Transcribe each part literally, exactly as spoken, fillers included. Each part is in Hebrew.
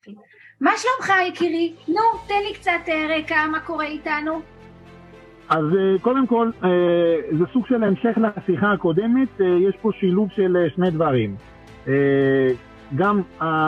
מה שלומך יקירי? נו, תן לי קצת רקע, מה קורה איתנו? אז קודם כל, זה סוג של המשך לשיחה הקודמת, יש פה שילוב של שני דברים. גם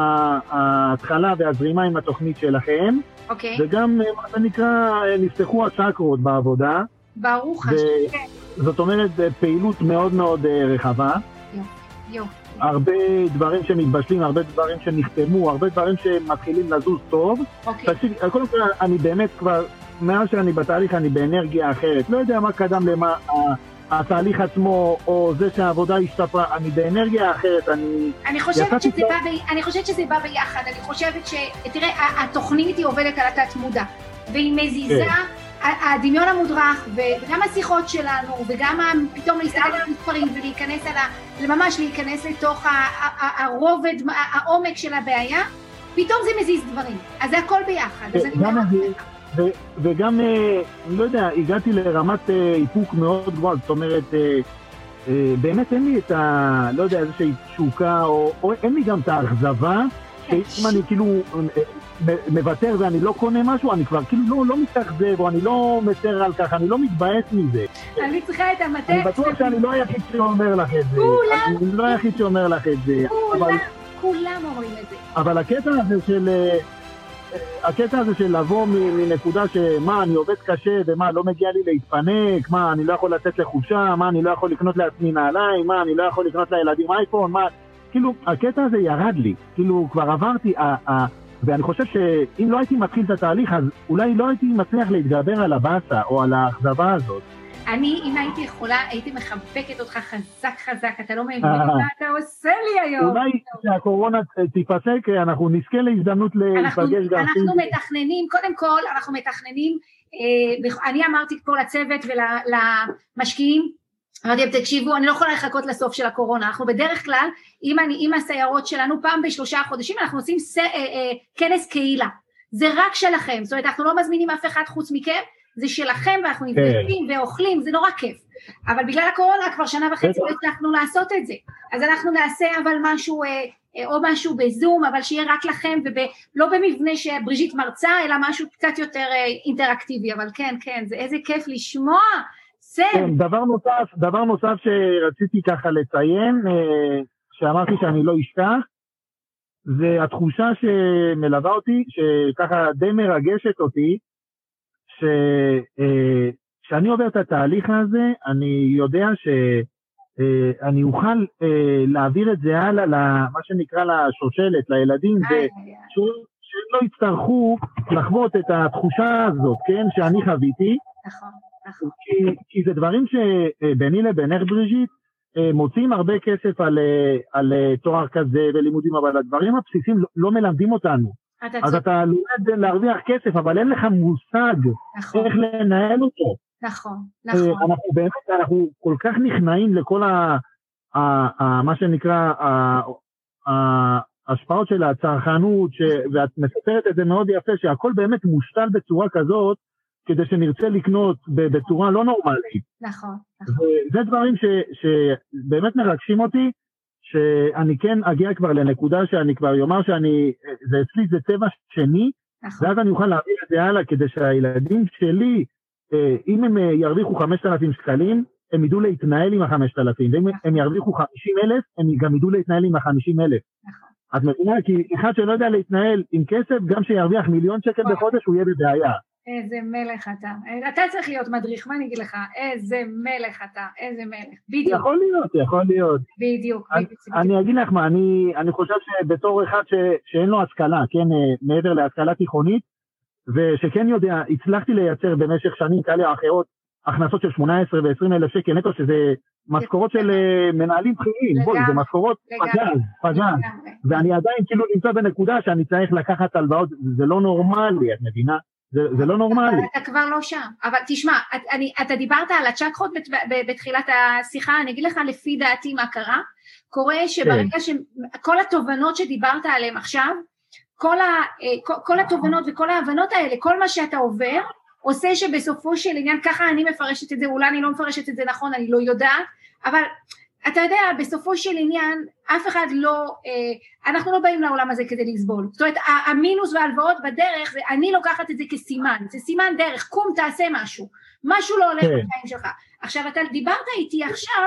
ההתחלה והזרימה עם התוכנית שלכם, אוקיי. וגם מה שנקרא, נפתחו הצ'קרות בעבודה. ברוך השם. זאת אומרת, פעילות מאוד מאוד רחבה. יופי, יופי. הרבה דברים שמתבשלים, הרבה דברים שנחתמו, הרבה דברים שמתחילים לזוז טוב. אוקיי. תקשיב, קודם כל אני באמת כבר, מאז שאני בתהליך אני באנרגיה אחרת. לא יודע מה קדם למה התהליך עצמו, או זה שהעבודה השתפרה, אני באנרגיה אחרת, אני... אני חושבת שזה בא, ב... אני חושבת שזה בא ביחד, אני חושבת ש... תראה, התוכנית היא עובדת על התת מודע, והיא מזיזה, הדמיון המודרך, וגם השיחות שלנו, וגם פתאום להסתכל על המספרים, ולהיכנס על ה... ממש להיכנס לתוך הרובד, העומק של הבעיה, פתאום זה מזיז דברים, אז זה הכל ביחד, אז אני מאוד... וגם, לא יודע, הגעתי לרמת איפוק מאוד גבוהה, זאת אומרת, באמת אין לי את ה... לא יודע, איזושהי תשוקה, או אין לי גם את האכזבה, שאם אני כאילו מוותר ואני לא קונה משהו, אני כבר כאילו לא מתאכזב, או אני לא מצר על כך, אני לא מתבאס מזה. אני צריכה את המטה... אני בטוח שאני לא היחיד שאומר לך את זה. כולם! אני לא היחיד שאומר לך את זה. כולם, כולם אומרים את זה. אבל הקטע הזה של... הקטע הזה של לבוא מנקודה שמה, אני עובד קשה, ומה, לא מגיע לי להתפנק, מה, אני לא יכול לצאת לחופשה, מה, אני לא יכול לקנות לעצמי נעליים, מה, אני לא יכול לקנות לילדים אייפון, מה, כאילו, הקטע הזה ירד לי, כאילו, כבר עברתי, ה, ה, ואני חושב שאם לא הייתי מתחיל את התהליך, אז אולי לא הייתי מצליח להתגבר על הבאסה, או על האכזבה הזאת. אני, אם הייתי יכולה, הייתי מחבקת אותך חזק חזק, אתה לא מבין מה אתה עושה לי היום. אולי כשהקורונה תיפסק, אנחנו נזכה להזדמנות להיפגש גם. אנחנו מתכננים, קודם כל, אנחנו מתכננים, אני אמרתי פה לצוות ולמשקיעים, אמרתי, תקשיבו, אני לא יכולה לחכות לסוף של הקורונה, אנחנו בדרך כלל, עם הסיירות שלנו, פעם בשלושה חודשים, אנחנו עושים כנס קהילה, זה רק שלכם, זאת אומרת, אנחנו לא מזמינים אף אחד חוץ מכם, זה שלכם ואנחנו נפגשים ואוכלים, זה נורא כיף, אבל בגלל הקורונה כבר שנה וחצי לא הצלחנו לעשות את זה, אז אנחנו נעשה אבל משהו, או משהו בזום, אבל שיהיה רק לכם, ולא במבנה שבריז'ית מרצה, אלא משהו קצת יותר אינטראקטיבי, אבל כן, כן, זה איזה כיף לשמוע, כן, דבר נוסף, דבר נוסף שרציתי ככה לציין, שאמרתי שאני לא אשכח, זה התחושה שמלווה אותי, שככה די מרגשת אותי, ש, שאני עובר את התהליך הזה, אני יודע שאני אוכל להעביר את זה הלאה, למה שנקרא לשושלת, לילדים, שהם לא יצטרכו לחוות את התחושה הזאת, כן, שאני חוויתי. נכון, נכון. כי, כי זה דברים שביני לבינך בריז'ית, מוצאים הרבה כסף על, על תואר כזה ולימודים, אבל הדברים הבסיסיים לא, לא מלמדים אותנו. אז אתה לומד להרוויח כסף, אבל אין לך מושג איך לנהל אותו. נכון, נכון. אנחנו באמת, אנחנו כל כך נכנעים לכל מה שנקרא ההשפעות של הצרכנות, ואת מספרת את זה מאוד יפה, שהכל באמת מושתל בצורה כזאת, כדי שנרצה לקנות בצורה לא נורמלית. נכון, נכון. זה דברים שבאמת מרגשים אותי, שאני כן אגיע כבר לנקודה שאני כבר יאמר שאני, זה אצלי זה טבע שני, נכון. ואז אני אוכל להעביר את זה הלאה, כדי שהילדים שלי, אם הם ירוויחו חמשת אלפים שקלים, הם ידעו להתנהל עם ה-חמשת אלפים, ואם נכון. הם ירוויחו חמישים אלף, הם גם ידעו להתנהל עם ה-חמישים אלף. נכון. את מבינה? כי אחד שלא יודע להתנהל עם כסף, גם שירוויח מיליון שקל בחודש, הוא יהיה בבעיה. איזה מלך אתה, אתה צריך להיות מדריך, מה אני אגיד לך, איזה מלך אתה, איזה מלך, בדיוק. יכול להיות, יכול להיות. בדיוק. אני, אני אגיד לך מה, אני, אני חושב שבתור אחד ש, שאין לו השכלה, כן, מעבר להשכלה תיכונית, ושכן יודע, הצלחתי לייצר במשך שנים כאלה או אחרות, הכנסות של שמונה עשרה ועשרים אלף שקל נטו, שזה משכורות של מנהלים בכירים, בואי, זה משכורות פגז, פגז, ואני עדיין כאילו נמצא בנקודה שאני צריך לקחת הלוואות, זה לא נורמלי, את מבינה? זה, זה לא נורמלי. אתה כבר לא שם, אבל תשמע, אני, אתה דיברת על הצ'קרות בתחילת השיחה, אני אגיד לך לפי דעתי מה קרה, קורה שברגע שכל התובנות שדיברת עליהן עכשיו, כל, ה, כל, כל התובנות וכל ההבנות האלה, כל מה שאתה עובר, עושה שבסופו של עניין, ככה אני מפרשת את זה, אולי אני לא מפרשת את זה נכון, אני לא יודעת, אבל אתה יודע, בסופו של עניין, אף אחד לא, אה, אנחנו לא באים לעולם הזה כדי לסבול. זאת אומרת, המינוס וההלוואות בדרך, זה, אני לוקחת את זה כסימן, זה סימן דרך, קום תעשה משהו, משהו לא הולך בחיים שלך. עכשיו, אתה דיברת איתי עכשיו,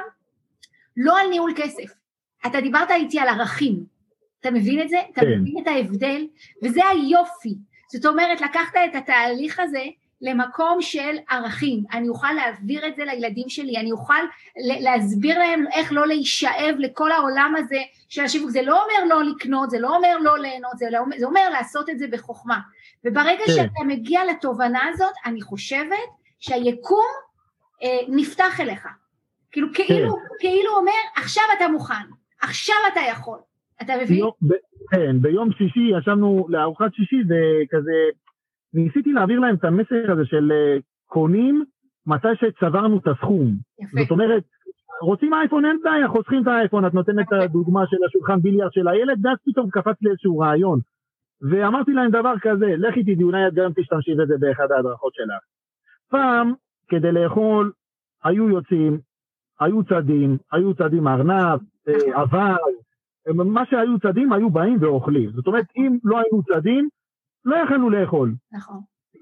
לא על ניהול כסף, אתה דיברת איתי על ערכים, אתה מבין את זה? אתה מבין את ההבדל? וזה היופי, זאת אומרת, לקחת את התהליך הזה, למקום של ערכים, אני אוכל להעביר את זה לילדים שלי, אני אוכל להסביר להם איך לא להישאב לכל העולם הזה של השיווק, זה לא אומר לא לקנות, זה לא אומר לא ליהנות, זה, לא, זה אומר לעשות את זה בחוכמה, וברגע שאתה מגיע לתובנה הזאת, אני חושבת שהיקום אה, נפתח אליך, כאילו, כאילו, כאילו אומר, עכשיו אתה מוכן, עכשיו אתה יכול, אתה מבין? ביום, ב, כן, ביום שישי ישבנו לארוחת שישי וכזה, ניסיתי להעביר להם את המסר הזה של קונים מתי שצברנו את הסכום. יפה. זאת אומרת, רוצים אייפון אין בעיה, חוסכים את האייפון, את נותנת את הדוגמה של השולחן ביליארד של הילד, ואז פתאום קפץ לי איזשהו רעיון. ואמרתי להם דבר כזה, לך איתי, אולי את גם תשתמשי בזה באחד ההדרכות שלך. פעם, כדי לאכול, היו יוצאים, היו צדים, היו צדים ארנב, אבל, מה שהיו צדים, היו באים ואוכלים. זאת אומרת, אם לא היינו צדים, לא יכלנו לאכול. נכון.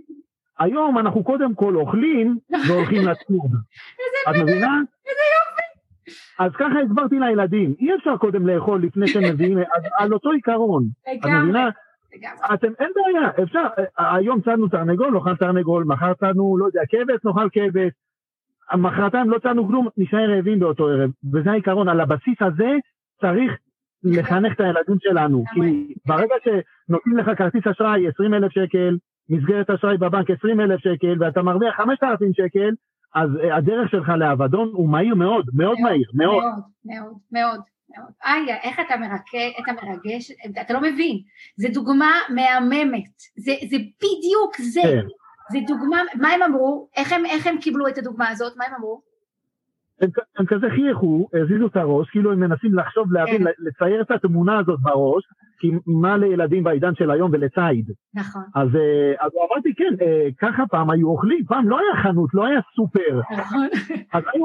היום אנחנו קודם כל אוכלים והולכים לצוד. את מבינה? איזה יופי. אז ככה הסברתי לילדים, אי אפשר קודם לאכול לפני שהם מביאים, על אותו עיקרון. את מבינה? אתם, אין בעיה, אפשר, היום צדנו תרנגול, נאכל תרנגול, מחר צדנו, לא יודע, כבש, נאכל כבש, מחרתיים לא צדנו כלום, נשאר רעבים באותו ערב. וזה העיקרון, על הבסיס הזה צריך לחנך את הילדים שלנו, כי ברגע שנותנים לך כרטיס אשראי עשרים אלף שקל, מסגרת אשראי בבנק עשרים אלף שקל, ואתה מרוויח חמשת אלפים שקל, אז הדרך שלך לאבדון הוא מהיר מאוד, מאוד מהיר, מאוד. מאוד, מאוד, מאוד. איי, איך אתה מרגש, אתה מרגש, אתה לא מבין, זה דוגמה מהממת, זה בדיוק זה, זה דוגמה, מה הם אמרו, איך הם קיבלו את הדוגמה הזאת, מה הם אמרו? הם, הם כזה חייכו, הזיזו את הראש, כאילו הם מנסים לחשוב, להבין, כן. לצייר את התמונה הזאת בראש, כי מה לילדים בעידן של היום ולצייד. נכון. אז, אז אמרתי, כן, ככה פעם היו אוכלים, פעם לא היה חנות, לא היה סופר. נכון. אז, היו,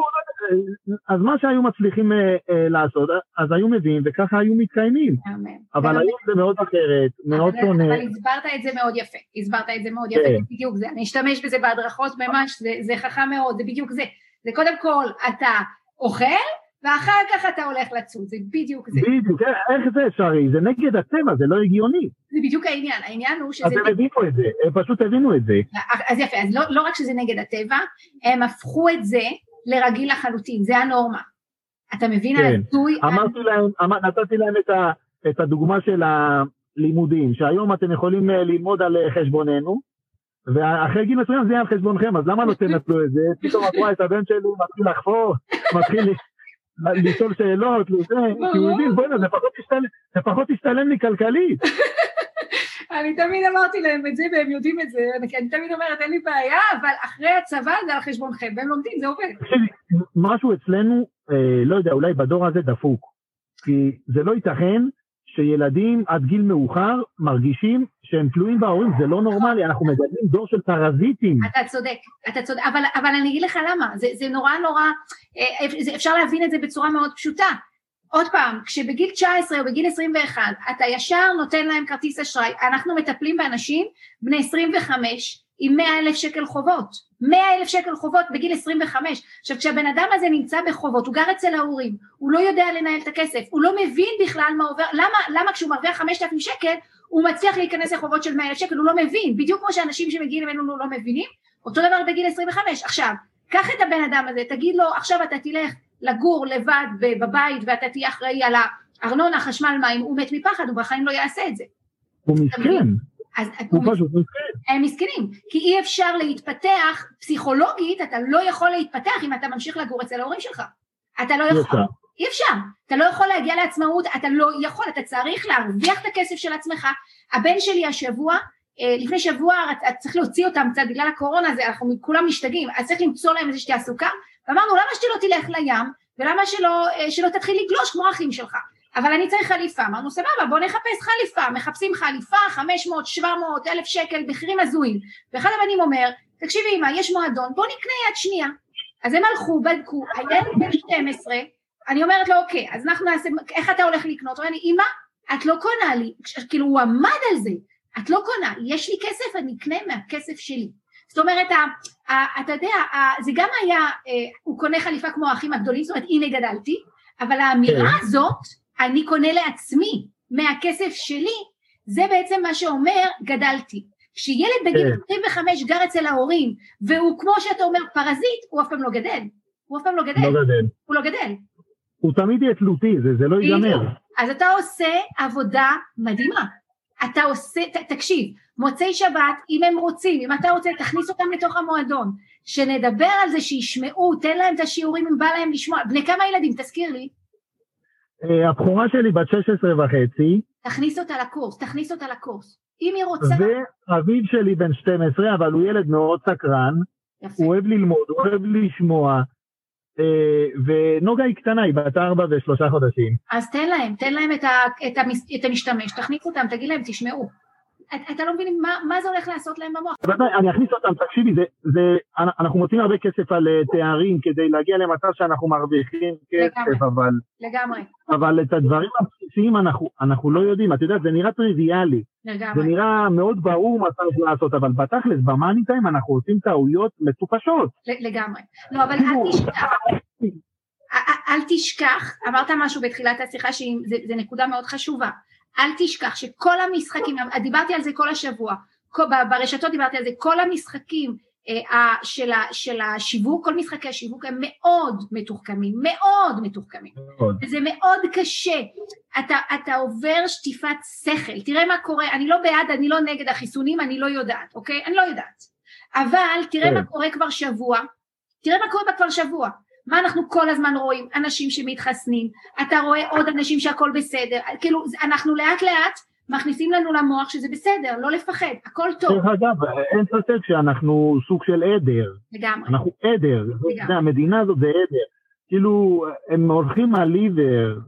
אז מה שהיו מצליחים לעשות, אז היו מביאים, וככה היו מתקיימים. אמן. אבל אמן. היום זה מאוד אחרת, מאוד שונה. אבל הסברת את זה מאוד יפה, הסברת את זה מאוד יפה, כן. בדיוק זה, אני אשתמש בזה בהדרכות ממש, זה, זה חכם מאוד, זה בדיוק זה. זה קודם כל אתה אוכל, ואחר כך אתה הולך לצוד, זה בדיוק זה. בדיוק, איך זה אפשרי? זה נגד הטבע, זה לא הגיוני. זה בדיוק העניין, העניין הוא שזה... אז הם הבינו את זה, הם פשוט הבינו את זה. אז יפה, אז לא, לא רק שזה נגד הטבע, הם הפכו את זה לרגיל לחלוטין, זה הנורמה. אתה מבין? כן, אמרתי להם, נתתי להם את, ה, את הדוגמה של הלימודים, שהיום אתם יכולים ללמוד על חשבוננו, ואחרי גיל מסוים זה יהיה על חשבונכם, אז למה לא תנצלו את זה? פתאום את רואה את הבן שלי, מתחיל לחפור, מתחיל לשאול שאלות, כי הוא הבין, בוא'נה, זה פחות תשתלם לי כלכלית. אני תמיד אמרתי להם את זה, והם יודעים את זה, אני תמיד אומרת, אין לי בעיה, אבל אחרי הצבא זה על חשבונכם, והם לומדים, זה עובד. משהו אצלנו, לא יודע, אולי בדור הזה דפוק, כי זה לא ייתכן, שילדים עד גיל מאוחר מרגישים שהם תלויים בהורים, זה לא נורמלי, אנחנו מגדלים דור של פרזיטים. אתה צודק, אתה צודק, אבל, אבל אני אגיד לך למה, זה, זה נורא נורא, אפשר להבין את זה בצורה מאוד פשוטה. עוד פעם, כשבגיל תשע עשרה או בגיל עשרים ואחת, אתה ישר נותן להם כרטיס אשראי, אנחנו מטפלים באנשים בני עשרים וחמש, עם מאה אלף שקל חובות, מאה אלף שקל חובות בגיל עשרים וחמש, עכשיו כשהבן אדם הזה נמצא בחובות, הוא גר אצל ההורים, הוא לא יודע לנהל את הכסף, הוא לא מבין בכלל מה עובר, למה, למה כשהוא מרוויח חמשת אלפים שקל, הוא מצליח להיכנס לחובות של מאה אלף שקל, הוא לא מבין, בדיוק כמו שאנשים שמגיעים אלינו לא מבינים, אותו דבר בגיל עשרים וחמש, עכשיו, קח את הבן אדם הזה, תגיד לו, עכשיו אתה תלך לגור לבד בבית, ואתה תהיה אחראי על הארנונה, חשמל, מים, הוא מת מפחד, הוא בחיים לא יעשה את זה. הוא מסכן. אז הוא פשוט מסכן. הם מסכנים, כי אי אפשר להתפתח פסיכולוגית, אתה לא יכול להתפתח אם אתה ממשיך לגור אצל ההורים שלך. אתה לא יכול, אי אפשר, אתה לא יכול להגיע לעצמאות, אתה לא יכול, אתה צריך להרוויח את הכסף של עצמך. הבן שלי השבוע, לפני שבוע, צריך להוציא אותם קצת בגלל הקורונה, אנחנו כולם משתגעים, אז צריך למצוא להם איזושהי תעסוקה, ואמרנו, למה שלא תלך לים, ולמה שלא, שלא תתחיל לגלוש כמו האחים שלך? אבל אני צריך חליפה, אמרנו סבבה, בוא נחפש חליפה, מחפשים חליפה, חמש מאות, שבע מאות, אלף שקל, מחירים הזויים, ואחד הבנים אומר, תקשיבי אמא, יש מועדון, בוא נקנה יד שנייה, אז הם הלכו, בדקו, הילד בן שתים עשרה, אני אומרת לו, אוקיי, אז אנחנו נעשה, איך אתה הולך לקנות? הוא אומר לי, אמא, את לא קונה לי, כאילו הוא עמד על זה, את לא קונה, יש לי כסף, אני אקנה מהכסף שלי. זאת אומרת, אתה יודע, זה גם היה, הוא קונה חליפה כמו האחים הגדולים, זאת אומרת, הנה גדלתי, אבל האמירה הזאת, אני קונה לעצמי מהכסף שלי, זה בעצם מה שאומר, גדלתי. כשילד בגיל עשרים וחמש גר אצל ההורים, והוא כמו שאתה אומר פרזיט, הוא אף פעם לא גדל. הוא אף פעם לא גדל. לא גדל. הוא לא גדל. הוא תמיד יהיה תלותי, זה, זה לא ייגמר. אז אתה עושה עבודה מדהימה. אתה עושה, ת, תקשיב, מוצאי שבת, אם הם רוצים, אם אתה רוצה, תכניס אותם לתוך המועדון, שנדבר על זה, שישמעו, תן להם את השיעורים, אם בא להם לשמוע. בני כמה ילדים, תזכיר לי? הבחורה שלי בת שש עשרה וחצי. תכניס אותה לקורס, תכניס אותה לקורס. אם היא רוצה... ואביו שלי בן שתים עשרה, אבל הוא ילד מאוד סקרן, יפה. הוא אוהב ללמוד, הוא אוהב לשמוע, ונוגה היא קטנה, היא בת ארבע ושלושה חודשים. אז תן להם, תן להם את, ה, את, המס, את המשתמש, תכניס אותם, תגיד להם, תשמעו. אתה, אתה לא מבינים מה, מה זה הולך לעשות להם במוח? אני אכניס אותם, תקשיבי, זה, זה, אנחנו מוצאים הרבה כסף על תארים כדי להגיע למצב שאנחנו מרוויחים כסף, אבל... לגמרי. אבל את הדברים הבסיסיים אנחנו, אנחנו לא יודעים, את יודעת, זה נראה טריוויאלי. לגמרי. זה נראה מאוד ברור מה צריך לעשות, אבל בתכלס, במאני טיים אנחנו עושים טעויות מטופשות. לגמרי. לא, אבל אל תשכח. אל תשכח, אמרת משהו בתחילת השיחה שזה נקודה מאוד חשובה. אל תשכח שכל המשחקים, דיברתי על זה כל השבוע, ברשתות דיברתי על זה, כל המשחקים של, של השיווק, כל משחקי השיווק הם מאוד מתוחכמים, מאוד מתוחכמים. מאוד. וזה מאוד קשה. אתה, אתה עובר שטיפת שכל. תראה מה קורה, אני לא בעד, אני לא נגד החיסונים, אני לא יודעת, אוקיי? אני לא יודעת. אבל תראה מה קורה כבר שבוע, תראה מה קורה כבר שבוע. מה אנחנו כל הזמן רואים? אנשים שמתחסנים, אתה רואה עוד אנשים שהכל בסדר, כאילו אנחנו לאט לאט מכניסים לנו למוח שזה בסדר, לא לפחד, הכל טוב. דרך אגב, אין ספק שאנחנו סוג של עדר. לגמרי. אנחנו עדר, זה, המדינה הזאת זה עדר. כאילו, הם הולכים מהליבר,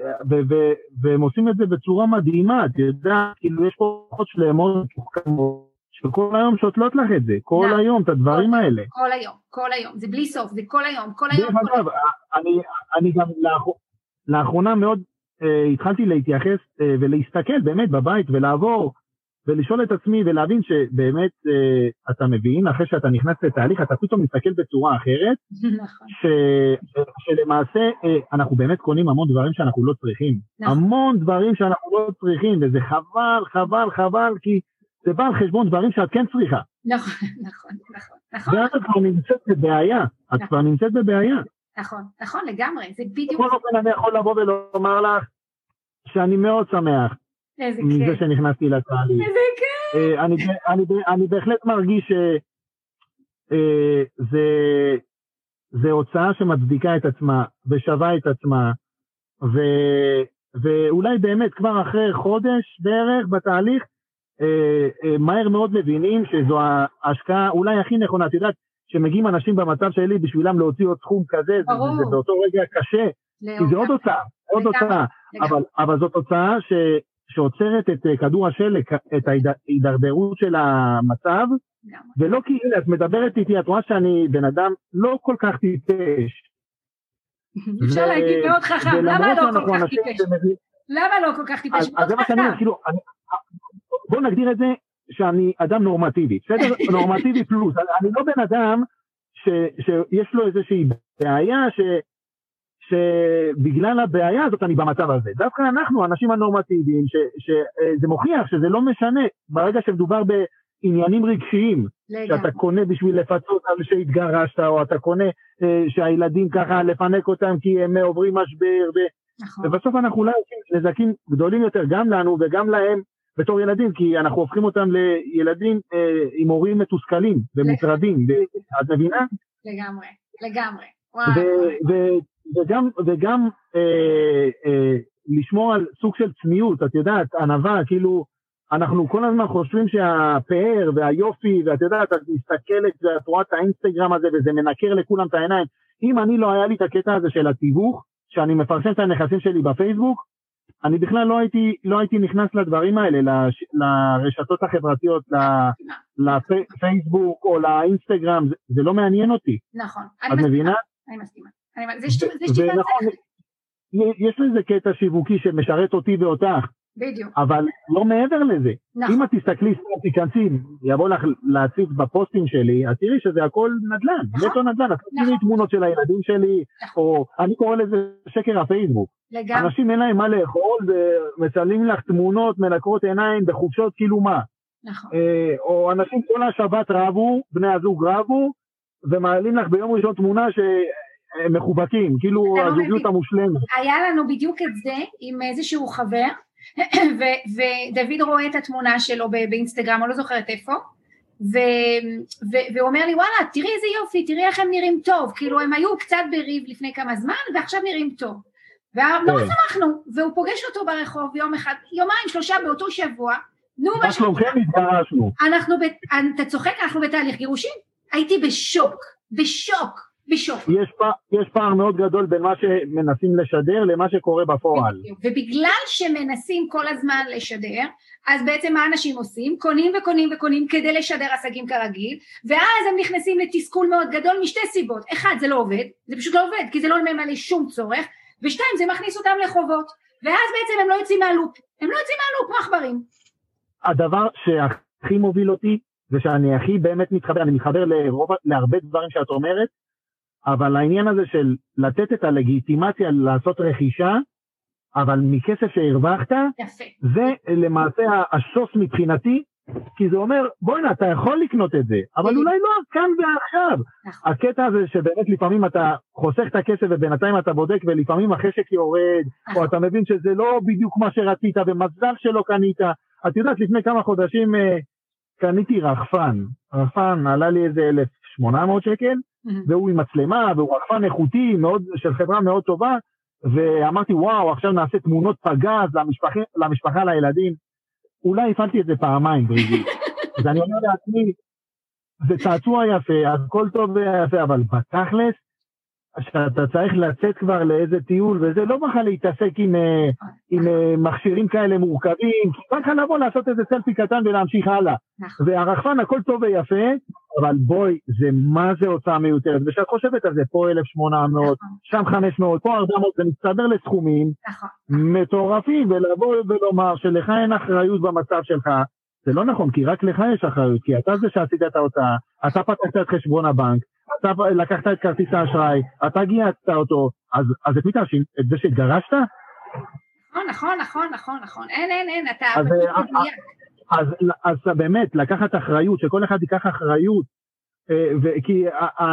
והם עושים את זה בצורה מדהימה, אתה יודע, כאילו יש פה פחות שלמות מתוחכמות, שכל היום שותלות לך את זה, כל היום, את הדברים האלה. כל היום, כל היום, זה בלי סוף, זה כל היום, כל היום. דרך אגב, אני גם לאחרונה מאוד התחלתי להתייחס ולהסתכל באמת בבית ולעבור ולשאול את עצמי ולהבין שבאמת אתה מבין, אחרי שאתה נכנס לתהליך, אתה פתאום מסתכל בצורה אחרת, שלמעשה אנחנו באמת קונים המון דברים שאנחנו לא צריכים. המון דברים שאנחנו לא צריכים, וזה חבל, חבל, חבל, כי זה בא על חשבון דברים שאת כן צריכה. נכון, נכון, נכון. ואת כבר נמצאת בבעיה, את כבר נמצאת בבעיה. נכון, נכון, לגמרי, זה בדיוק... בכל אופן אני יכול לבוא ולומר לך, שאני מאוד שמח, מזה שנכנסתי לתהליך. איזה כיף. אני, אני, אני בהחלט מרגיש שזה הוצאה שמצדיקה את עצמה, ושווה את עצמה, ו, ואולי באמת כבר אחרי חודש בערך בתהליך, מהר מאוד מבינים שזו ההשקעה אולי הכי נכונה, את יודעת, שמגיעים אנשים במצב שלי בשבילם להוציא עוד סכום כזה, זה, זה באותו רגע קשה, כי זה עוד הוצאה, עוד הוצאה, אבל, אבל זאת הוצאה ש, שעוצרת את כדור השלג, את ההידרדרות של המצב, ולא כי, הנה, את מדברת איתי, את רואה שאני בן אדם לא כל כך טיפש. אפשר להגיד מאוד חכם, למה לא כל כך טיפש? למה לא כל כך טיפש? אז זה מה שאני אומר, כאילו, בוא נגדיר את זה שאני אדם נורמטיבי, בסדר? נורמטיבי פלוס, אני לא בן אדם ש, שיש לו איזושהי בעיה ש, שבגלל הבעיה הזאת אני במצב הזה. דווקא אנחנו, האנשים הנורמטיביים, ש, שזה מוכיח שזה לא משנה, ברגע שמדובר בעניינים רגשיים, שאתה קונה בשביל לפצות על שהתגרשת, או אתה קונה שהילדים ככה לפנק אותם כי הם עוברים משבר, ו, ובסוף אנחנו אולי עושים נזקים גדולים יותר גם לנו וגם להם, בתור ילדים, כי אנחנו הופכים אותם לילדים אה, עם הורים מתוסכלים ומטרדים, את מבינה? לגמרי, לגמרי. ו- ו- וגם, וגם אה, אה, לשמור על סוג של צניעות, את יודעת, ענווה, כאילו, אנחנו כל הזמן חושבים שהפאר והיופי, ואת יודעת, את מסתכלת ואת רואה את האינסטגרם הזה, וזה מנקר לכולם את העיניים. אם אני לא היה לי את הקטע הזה של התיווך, שאני מפרסם את הנכסים שלי בפייסבוק, אני בכלל לא הייתי, לא הייתי נכנס לדברים האלה, לש, לרשתות החברתיות, לפייסבוק או לאינסטגרם, זה, זה לא מעניין אותי. נכון. את מבינה? אני מסכימה. זה שטיפת שכל. יש לזה קטע שיווקי שמשרת אותי ואותך. בדיוק. אבל לא מעבר לזה. נכון. אם את תסתכלי, תיכנסי, יבוא לך להציץ בפוסטים שלי, אז תראי שזה הכל נדל"ן, נכון. נטו נדל"ן, את לא תראי תמונות של הילדים שלי, נכון. או אני קורא לזה שקר הפייסבוק. לגמרי. אנשים אין להם מה לאכול, ומצלמים לך תמונות, מנקרות עיניים, בחופשות, כאילו מה. נכון. או אנשים כל השבת רבו, בני הזוג רבו, ומעלים לך ביום ראשון תמונה שהם מחובקים, כאילו הזוגיות המושלמת. היה לנו בדיוק את זה עם איזשהו חבר, ודוד רואה את התמונה שלו באינסטגרם, אני לא זוכרת איפה, והוא אומר לי, וואלה, תראי איזה יופי, תראי איך הם נראים טוב, כאילו הם היו קצת בריב לפני כמה זמן, ועכשיו נראים טוב. ולא שמחנו, והוא פוגש אותו ברחוב יום אחד, יומיים, שלושה באותו שבוע, נו מה שלומכם התגרשנו. אתה צוחק, אנחנו בתהליך גירושים? הייתי בשוק, בשוק. בשוק. יש פער, יש פער מאוד גדול בין מה שמנסים לשדר למה שקורה בפועל. ובגלל שמנסים כל הזמן לשדר, אז בעצם מה אנשים עושים? קונים וקונים וקונים כדי לשדר עסקים כרגיל, ואז הם נכנסים לתסכול מאוד גדול משתי סיבות. אחד, זה לא עובד, זה פשוט לא עובד, כי זה לא ממלא שום צורך, ושתיים, זה מכניס אותם לחובות, ואז בעצם הם לא יוצאים מהלופ, הם לא יוצאים מהלופ, כמו עכברים. הדבר שהכי מוביל אותי, ושאני הכי באמת מתחבר, אני מתחבר לרוב, להרבה דברים שאת אומרת, אבל העניין הזה של לתת את הלגיטימציה לעשות רכישה, אבל מכסף שהרווחת, יפה. זה למעשה השוס מבחינתי, כי זה אומר, בואי נה, אתה יכול לקנות את זה, אבל אולי לא כאן ועכשיו. נכון. הקטע הזה שבאמת לפעמים אתה חוסך את הכסף ובינתיים אתה בודק, ולפעמים החשק יורד, נכון. או אתה מבין שזה לא בדיוק מה שרצית, ומזל שלא קנית. את יודעת, לפני כמה חודשים קניתי רחפן, רחפן עלה לי איזה אלף שמונה מאות שקל, והוא עם מצלמה, והוא רחפן איכותי, מאוד, של חברה מאוד טובה, ואמרתי, וואו, עכשיו נעשה תמונות פגז למשפחה, למשפחה, לילדים. אולי הפעלתי את זה פעמיים, בריגי. אז אני אומר לעצמי, זה צעצוע יפה, הכל טוב ויפה, אבל בתכלס, שאתה צריך לצאת כבר לאיזה טיול, וזה לא בכלל להתעסק עם, עם מכשירים כאלה מורכבים, כי רק לבוא לעשות איזה סלפי קטן ולהמשיך הלאה. והרחפן הכל טוב ויפה, אבל בואי, זה מה זה הוצאה מיותרת, ושאת חושבת על זה, פה אלף שמונה מאות, שם חמש מאות, פה ארבע מאות, זה מצטבר לסכומים מטורפים, ולבוא ולומר שלך אין אחריות במצב שלך, זה לא נכון, כי רק לך יש אחריות, כי אתה זה שעשית את ההוצאה, אתה פתחת את חשבון הבנק, אתה לקחת את כרטיס האשראי, אתה גייסת אותו, אז, אז את מי תאשים? את זה שהתגרשת? נכון, נכון, נכון, נכון, נכון, אין, אין, אין, אתה... אז, אז, אז, אז באמת, לקחת אחריות, שכל אחד ייקח אחריות, כי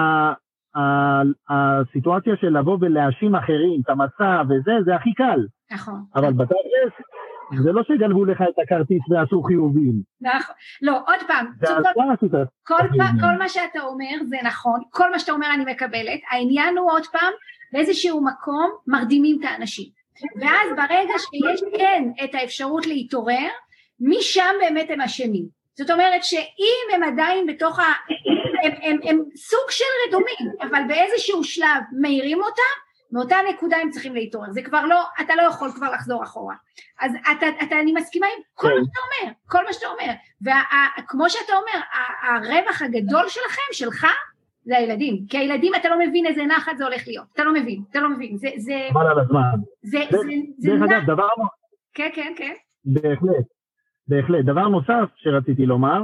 הסיטואציה של לבוא ולהאשים אחרים, את המצב וזה, זה הכי קל. נכון. אבל בתכלס, זה לא שגלבו לך את הכרטיס ועשו חיובים. נכון. לא, עוד פעם. כל מה שאתה אומר זה נכון, כל מה שאתה אומר אני מקבלת, העניין הוא עוד פעם, באיזשהו מקום מרדימים את האנשים. ואז ברגע שיש כן את האפשרות להתעורר, משם באמת הם אשמים. זאת אומרת שאם הם עדיין בתוך ה... הם, הם, הם סוג של רדומים, אבל באיזשהו שלב מהירים אותם, מאותה נקודה הם צריכים להתעורר, זה כבר לא, אתה לא יכול כבר לחזור אחורה, אז אתה, אתה, אני מסכימה עם כל מה שאתה אומר, כל מה שאתה אומר, וכמו שאתה אומר, הרווח הגדול שלכם, שלך, זה הילדים, כי הילדים אתה לא מבין איזה נחת זה הולך להיות, אתה לא מבין, אתה לא מבין, זה, זה, מה על הזמן, זה, זה, זה, דרך אגב, דבר, כן, כן, כן, בהחלט, בהחלט, דבר נוסף שרציתי לומר,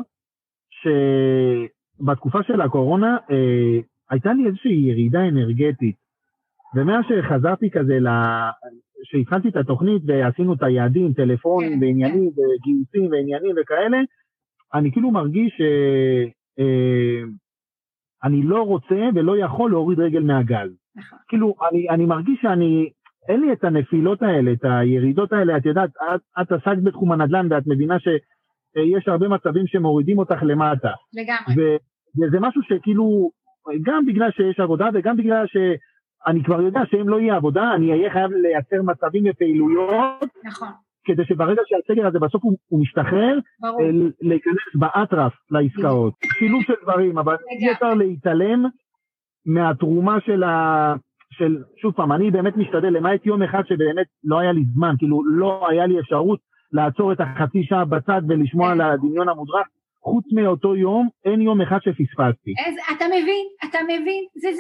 שבתקופה של הקורונה, אה, הייתה לי איזושהי ירידה אנרגטית, ומאז שחזרתי כזה, שהתחלתי את התוכנית ועשינו את היעדים, טלפונים ועניינים וגיוסים ועניינים וכאלה, אני כאילו מרגיש שאני לא רוצה ולא יכול להוריד רגל מהגז. כאילו, אני, אני מרגיש שאני, אין לי את הנפילות האלה, את הירידות האלה, את יודעת, את, את עסקת בתחום הנדל"ן ואת מבינה שיש הרבה מצבים שמורידים אותך למטה. לגמרי. וזה משהו שכאילו, גם בגלל שיש עבודה וגם בגלל ש... אני כבר יודע שאם לא יהיה עבודה, אני אהיה חייב לייצר מצבים ופעילויות, נכון. כדי שברגע שהסגר הזה בסוף הוא, הוא משתחרר, להיכנס באטרף לעסקאות. שילוב של דברים, אבל אי אפשר להתעלם מהתרומה של ה... של, שוב פעם, אני באמת משתדל, למעט יום אחד שבאמת לא היה לי זמן, כאילו לא היה לי אפשרות לעצור את החצי שעה בצד ולשמוע על הדמיון המודרך, חוץ מאותו יום, אין יום אחד שפספסתי. אז אתה מבין, אתה מבין, זה זה.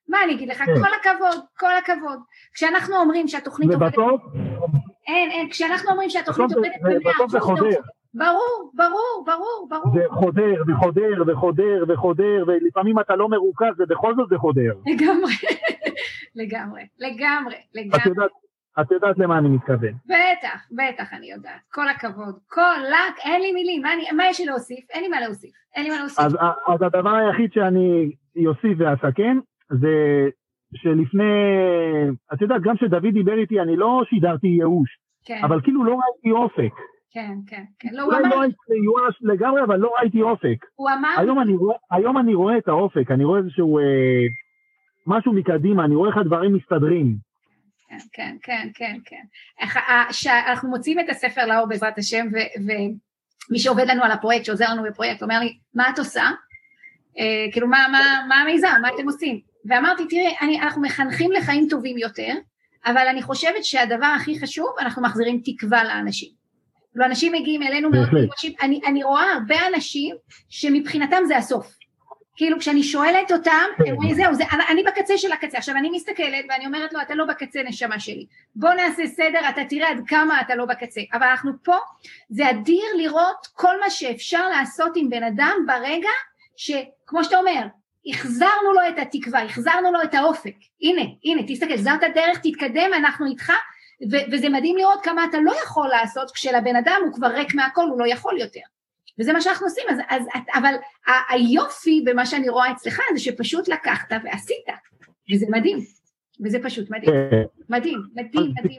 מה אני אגיד לך? כל הכבוד, כל הכבוד. כשאנחנו אומרים שהתוכנית עובדת... ובסוף? אין, אין, כשאנחנו אומרים שהתוכנית עובדת במאה אחוז... בסוף זה חודר. ברור, ברור, ברור, ברור. זה חודר וחודר וחודר וחודר, ולפעמים אתה לא מרוכז, ובכל זאת זה חודר. לגמרי, לגמרי, לגמרי, לגמרי. את יודעת, את יודעת למה אני מתכוון. בטח, בטח אני יודעת. כל הכבוד. כל לק, אין לי מילים. מה, אני, מה יש לי להוסיף? אין לי מה להוסיף. אין לי מה להוסיף. אז, אז הדבר היחיד שאני אוסיף ואסכם, זה שלפני, את יודעת, גם שדוד דיבר איתי, אני לא שידרתי ייאוש, כן. אבל כאילו לא ראיתי אופק. כן, כן, כן. לא, אולי לא הייתי ייאוש לגמרי, אבל לא ראיתי אופק. הוא אמר... היום אני רואה, היום אני רואה את האופק, אני רואה איזשהו, אה, משהו מקדימה, אני רואה איך הדברים מסתדרים. כן, כן, כן, כן, כן. אנחנו מוצאים את הספר לאור בעזרת השם, ומי שעובד לנו על הפרויקט, שעוזר לנו בפרויקט, אומר לי, מה את עושה? כאילו, מה המיזם? מה אתם עושים? ואמרתי, תראי, אנחנו מחנכים לחיים טובים יותר, אבל אני חושבת שהדבר הכי חשוב, אנחנו מחזירים תקווה לאנשים. ואנשים מגיעים אלינו מאוד מגושים, אני, אני רואה הרבה אנשים שמבחינתם זה הסוף. כאילו כשאני שואלת אותם, הם אומרים זהו, זה, אני, אני בקצה של הקצה, עכשיו אני מסתכלת ואני אומרת לו, אתה לא בקצה נשמה שלי, בוא נעשה סדר, אתה תראה עד כמה אתה לא בקצה, אבל אנחנו פה, זה אדיר לראות כל מה שאפשר לעשות עם בן אדם ברגע, שכמו שאתה אומר, החזרנו לו את התקווה, החזרנו לו את האופק, הנה, הנה, תסתכל, זאת הדרך, תתקדם, אנחנו איתך, ו- וזה מדהים לראות כמה אתה לא יכול לעשות, כשלבן אדם הוא כבר ריק מהכל, הוא לא יכול יותר. וזה מה שאנחנו עושים, אז, אז, אבל ה- היופי במה שאני רואה אצלך, זה שפשוט לקחת ועשית, וזה מדהים, וזה פשוט מדהים, מדהים, מדהים, מדהים.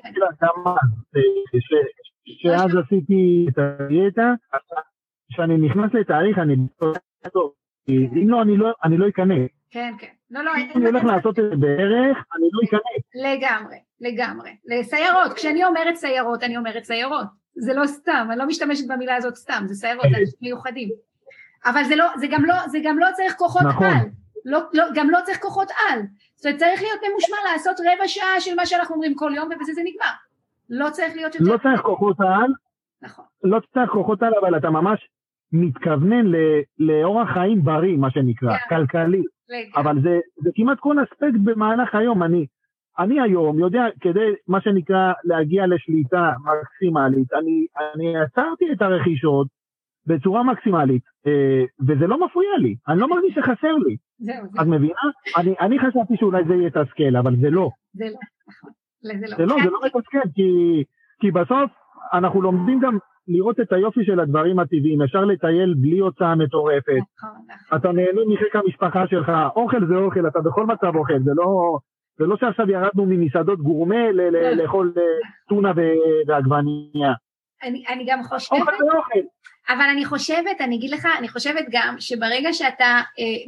שאז עשיתי את הדיאטה, כשאני נכנס לתאריך, אני טוב, אם לא, אני לא אכנס. כן, כן. לא, לא, אם אני הולך לעשות את זה בערך, אני לא אכנס. לגמרי, לגמרי. לסיירות, כשאני אומרת סיירות, אני אומרת סיירות. זה לא סתם, אני לא משתמשת במילה הזאת סתם, זה סיירות, זה מיוחדים. אבל זה לא, זה גם לא, זה גם לא צריך כוחות על. לא, לא, גם לא צריך כוחות על. זאת אומרת, צריך להיות ממושמע לעשות רבע שעה של מה שאנחנו אומרים כל יום, ובזה זה נגמר. לא צריך להיות יותר... לא צריך כוחות על. נכון. לא צריך כוחות על, אבל אתה ממש מתכוונן לאורח חיים בריא, מה שנקרא, כלכלי. אבל זה, זה כמעט כל אספקט במהלך היום. אני, אני היום יודע, כדי מה שנקרא להגיע לשליטה מקסימלית, אני, אני עצרתי את הרכישות בצורה מקסימלית, וזה לא מפריע לי, אני לא מרגיש שחסר לי. את מבינה? אני, אני חשבתי שאולי זה יהיה תסכל, אבל זה לא. זה לא, נכון. זה לא, זה לא, זה לא מתסכל, כי, כי בסוף אנחנו לומדים גם לראות את היופי של הדברים הטבעיים, אפשר לטייל בלי הוצאה מטורפת, אתה נהנה מחיק המשפחה שלך, אוכל זה אוכל, אתה בכל מצב אוכל, זה לא, זה לא שעכשיו ירדנו ממסעדות גורמה לאכול טונה ועגבניה. אני גם חושבת, אוכל זה אוכל. אבל אני חושבת, אני אגיד לך, אני חושבת גם שברגע שאתה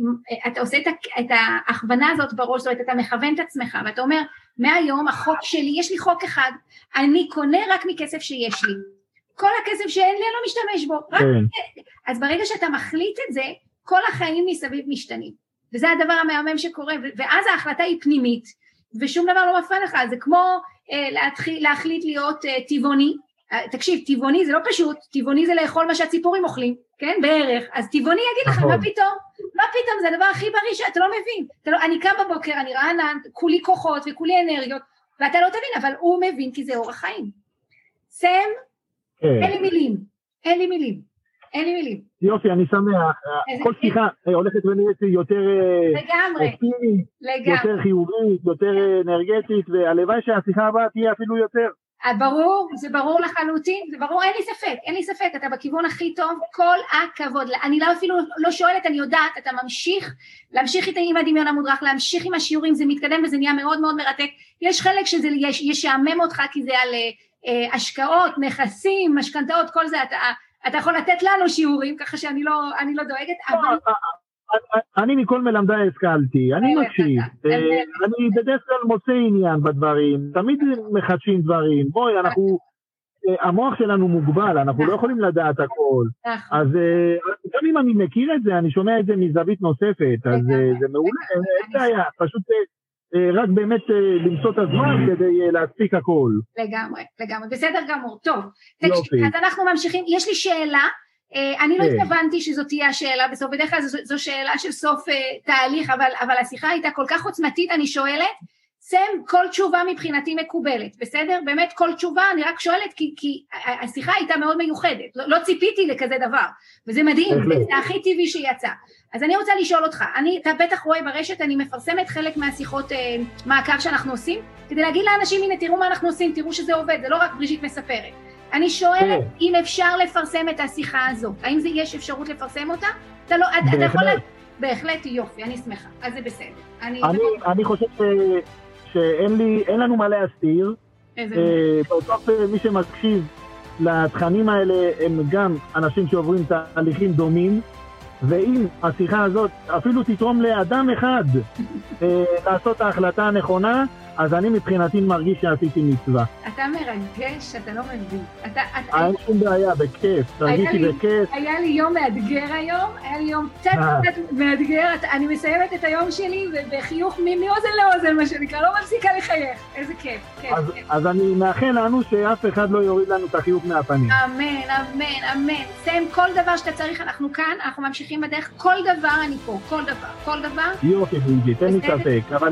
אתה עושה את ההכוונה הזאת בראש, זאת אומרת, אתה מכוון את עצמך, ואתה אומר, מהיום החוק שלי, יש לי חוק אחד, אני קונה רק מכסף שיש לי. כל הכסף שאין לי, אני לא משתמש בו. כן. אז ברגע שאתה מחליט את זה, כל החיים מסביב משתנים. וזה הדבר המהמם שקורה, ואז ההחלטה היא פנימית, ושום דבר לא מפריע לך. זה כמו אה, להתחיל, להחליט להיות אה, טבעוני. אה, תקשיב, טבעוני זה לא פשוט, טבעוני זה לאכול מה שהציפורים אוכלים, כן? בערך. אז טבעוני יגיד לך, מה פתאום? מה פתאום? זה הדבר הכי בריא שאתה לא מבין. אתה לא, אני קם בבוקר, אני רענן, כולי כוחות וכולי אנרגיות, ואתה לא תבין, אבל הוא מבין כי זה אורח חיים. סם, אין לי מילים, אין לי מילים, אין לי מילים. יופי, אני שמח, כל שיחה הולכת ונראית יותר אופטימית, יותר חיובית, יותר אנרגטית, והלוואי שהשיחה הבאה תהיה אפילו יותר. ברור, זה ברור לחלוטין, זה ברור, אין לי ספק, אין לי ספק, אתה בכיוון הכי טוב, כל הכבוד, אני לא אפילו לא שואלת, אני יודעת, אתה ממשיך, להמשיך איתה עם הדמיון המודרך, להמשיך עם השיעורים, זה מתקדם וזה נהיה מאוד מאוד מרתק, יש חלק שזה ישעמם אותך, כי זה על השקעות, נכסים, משכנתאות, כל זה, אתה, אתה יכול לתת לנו שיעורים, ככה שאני לא, אני לא דואגת, אבל... אני מכל מלמדי השכלתי, אני מקשיב, אני בדרך כלל מוצא עניין בדברים, תמיד מחדשים דברים, בואי, אנחנו, המוח שלנו מוגבל, אנחנו לא יכולים לדעת הכל, אז גם אם אני מכיר את זה, אני שומע את זה מזווית נוספת, אז זה מעולה, זה היה, פשוט רק באמת למצוא את הזמן כדי להספיק הכל. לגמרי, לגמרי, בסדר גמור, טוב, אז אנחנו ממשיכים, יש לי שאלה, אני לא התכוונתי שזאת תהיה השאלה בסוף, בדרך כלל זו, זו שאלה של סוף תהליך, אבל, אבל השיחה הייתה כל כך עוצמתית, אני שואלת, סם, כל תשובה מבחינתי מקובלת, בסדר? באמת כל תשובה, אני רק שואלת, כי, כי השיחה הייתה מאוד מיוחדת, לא, לא ציפיתי לכזה דבר, וזה מדהים, זה הכי טבעי שיצא. אז אני רוצה לשאול אותך, אני, אתה בטח רואה ברשת, אני מפרסמת חלק מהשיחות אה, מעקב שאנחנו עושים, כדי להגיד לאנשים, הנה תראו מה אנחנו עושים, תראו שזה עובד, זה לא רק בריז'יט מספרת. אני שואלת אם אפשר לפרסם את השיחה הזו, האם זה יש אפשרות לפרסם אותה? אתה לא, אתה יכול... בהחלט יופי, אני שמחה, אז זה בסדר. אני, אני, אני חושב ש... שאין לי, אין לנו מה להסתיר. בסוף מי שמקשיב לתכנים האלה הם גם אנשים שעוברים תהליכים דומים, ואם השיחה הזאת אפילו תתרום לאדם אחד לעשות את ההחלטה הנכונה, אז אני מבחינתי מרגיש שעשיתי מצווה. אתה מרגש, אתה לא מבין. אין שום בעיה, בכיף, תרגישי בכיף. היה לי יום מאתגר היום, היה לי יום קצת קצת מאתגר, אני מסיימת את היום שלי בחיוך מאוזן לאוזן, מה שנקרא, לא מפסיקה לחייך, איזה כיף. אז אני מאחל לנו שאף אחד לא יוריד לנו את החיוך מהפנים. אמן, אמן, אמן. סיים כל דבר שאתה צריך, אנחנו כאן, אנחנו ממשיכים בדרך, כל דבר אני פה, כל דבר, כל דבר. יופי, בריג'יט, תן לי ספק, אבל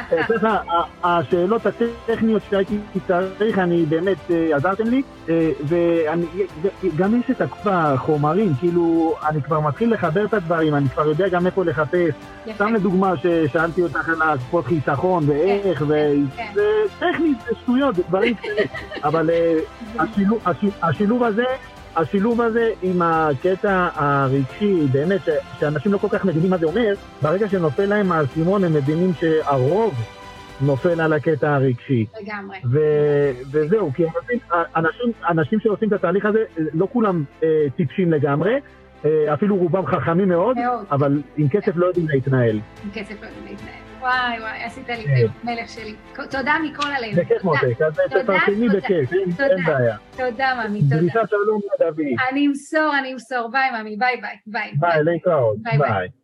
השאלות הטכניות שהייתי צריך, אני באמת עזרתם לי, וגם יש את החומרים, כאילו אני כבר מתחיל לחבר את הדברים, אני כבר יודע גם איפה לחפש. סתם לדוגמה ששאלתי אותך על הקופות חיסכון ואיך, זה טכנית, זה שטויות, זה דברים כאלה, אבל השילוב הזה, השילוב הזה עם הקטע הרגשי, באמת שאנשים לא כל כך מבינים מה זה אומר, ברגע שנופל להם האסימון הם מבינים שהרוב נופל על הקטע הרגשי. לגמרי. וזהו, כי אנשים, אנשים שעושים את התהליך הזה, לא כולם טיפשים לגמרי, אפילו רובם חכמים מאוד, אבל עם כסף לא יודעים להתנהל. עם כסף לא יודעים להתנהל. וואי וואי, עשית לי את מלך שלי. תודה מכל הלב. בכיף מותק, אז תפרסמי בכיף, אין בעיה. תודה ממי, תודה. דרישת שלום לדוד. אני אמסור, אני אמסור. ביי ממי, ביי ביי. ביי, להתראות. ביי.